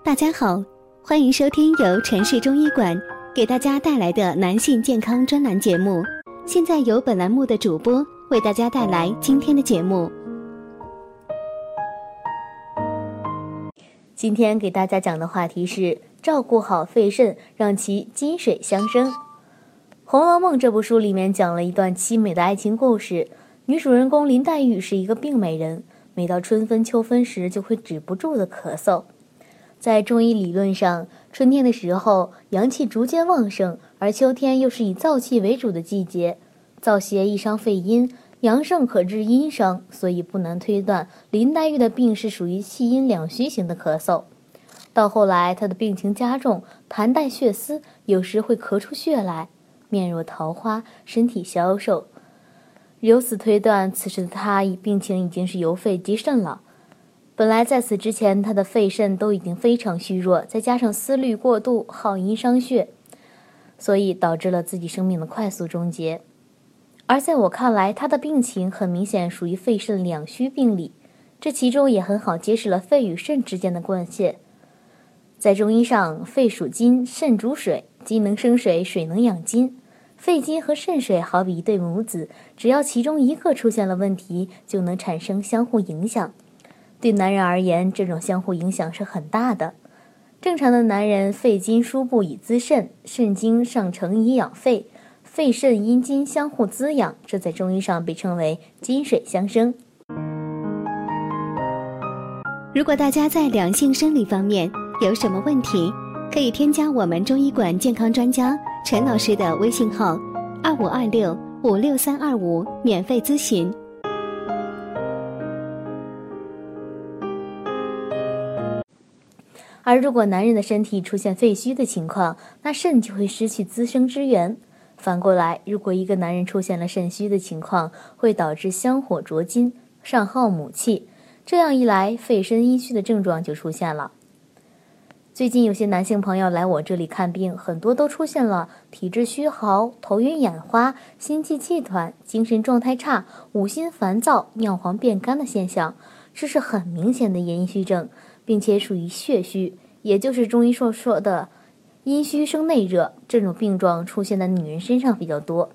大家好，欢迎收听由城市中医馆给大家带来的男性健康专栏节目。现在由本栏目的主播为大家带来今天的节目。 今天给大家讲的话题是照顾好肺肾，让其金水相生。《红楼梦》这部书里面讲了一段凄美的爱情故事，女主人公林黛玉是一个病美人，每到春分秋分时就会止不住的咳嗽。在中医理论上，春天的时候阳气逐渐旺盛，而秋天又是以燥气为主的季节，燥邪易伤肺阴，阳盛可致阴伤，所以不难推断林黛玉的病是属于气阴两虚型的咳嗽。到后来她的病情加重，痰带血丝，有时会咳出血来，面若桃花，身体消瘦。由此推断，此时的她病情已经是由肺及肾了。本来在此之前，他的肺肾都已经非常虚弱，再加上思虑过度，耗阴伤血，所以导致了自己生命的快速终结。而在我看来，他的病情很明显属于肺肾两虚病理，这其中也很好揭示了肺与肾之间的关系。在中医上，肺属金，肾主水，金能生水，水能养金。肺金和肾水好比一对母子，只要其中一个出现了问题，就能产生相互影响。对男人而言，这种相互影响是很大的。正常的男人，肺金输布以滋肾，肾精上承以养肺，肺肾阴金相互滋养，这在中医上被称为金水相生。 如果大家在两性生理方面有什么问题，可以添加我们中医馆健康专家陈老师的微信号2526-56325免费咨询。 而如果男人的身体出现肺虚的情况，那肾就会失去滋生之源。反过来，如果一个男人出现了肾虚的情况，会导致香火灼金，上耗母气，这样一来，肺肾阴虚的症状就出现了。最近有些男性朋友来我这里看病，很多都出现了体质虚耗、头晕眼花、心悸气短、精神状态差、五心烦躁、尿黄变干的现象，这是很明显的阴虚症，并且属于血虚，也就是中医所说的阴虚生内热，这种病状出现在女人身上比较多。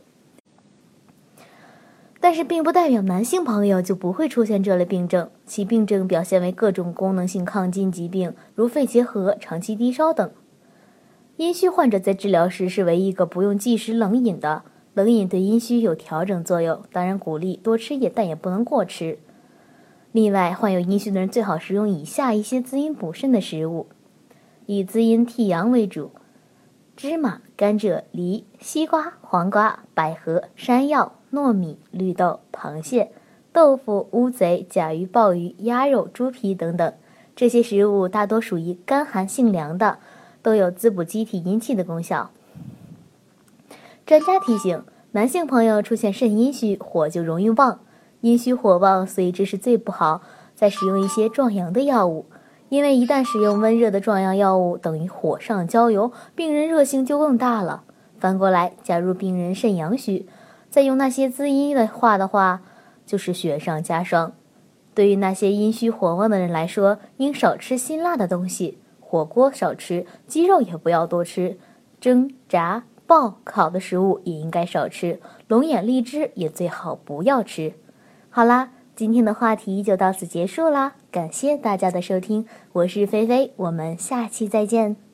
但是并不代表男性朋友就不会出现这类病症，其病症表现为各种功能性亢进疾病，如肺结核、长期低烧等。阴虚患者在治疗时是唯一一个不用忌食冷饮的，冷饮对阴虚有调整作用，当然鼓励多吃但也不能过吃。另外，患有阴虚的人最好食用以下一些滋阴补肾的食物，以滋阴替阳为主：芝麻、甘蔗、梨、西瓜、黄瓜、百合、山药、糯米、绿豆、螃蟹、豆腐、乌贼、甲鱼、鲍鱼、鸭肉、猪皮等等。这些食物大多属于甘寒性凉的，都有滋补机体阴气的功效。专家提醒，男性朋友出现肾阴虚，火就容易旺，阴虚火旺，所以这是最不好再使用一些壮阳的药物，因为一旦使用温热的壮阳药物，等于火上浇油，病人热性就更大了。反过来，假如病人肾阳虚，再用那些滋阴的话，就是雪上加霜。对于那些阴虚火旺的人来说，应少吃辛辣的东西，火锅少吃，鸡肉也不要多吃，蒸、炸、爆、烤的食物也应该少吃，龙眼、荔枝也最好不要吃。好啦，今天的话题就到此结束啦，感谢大家的收听，我是菲菲，我们下期再见。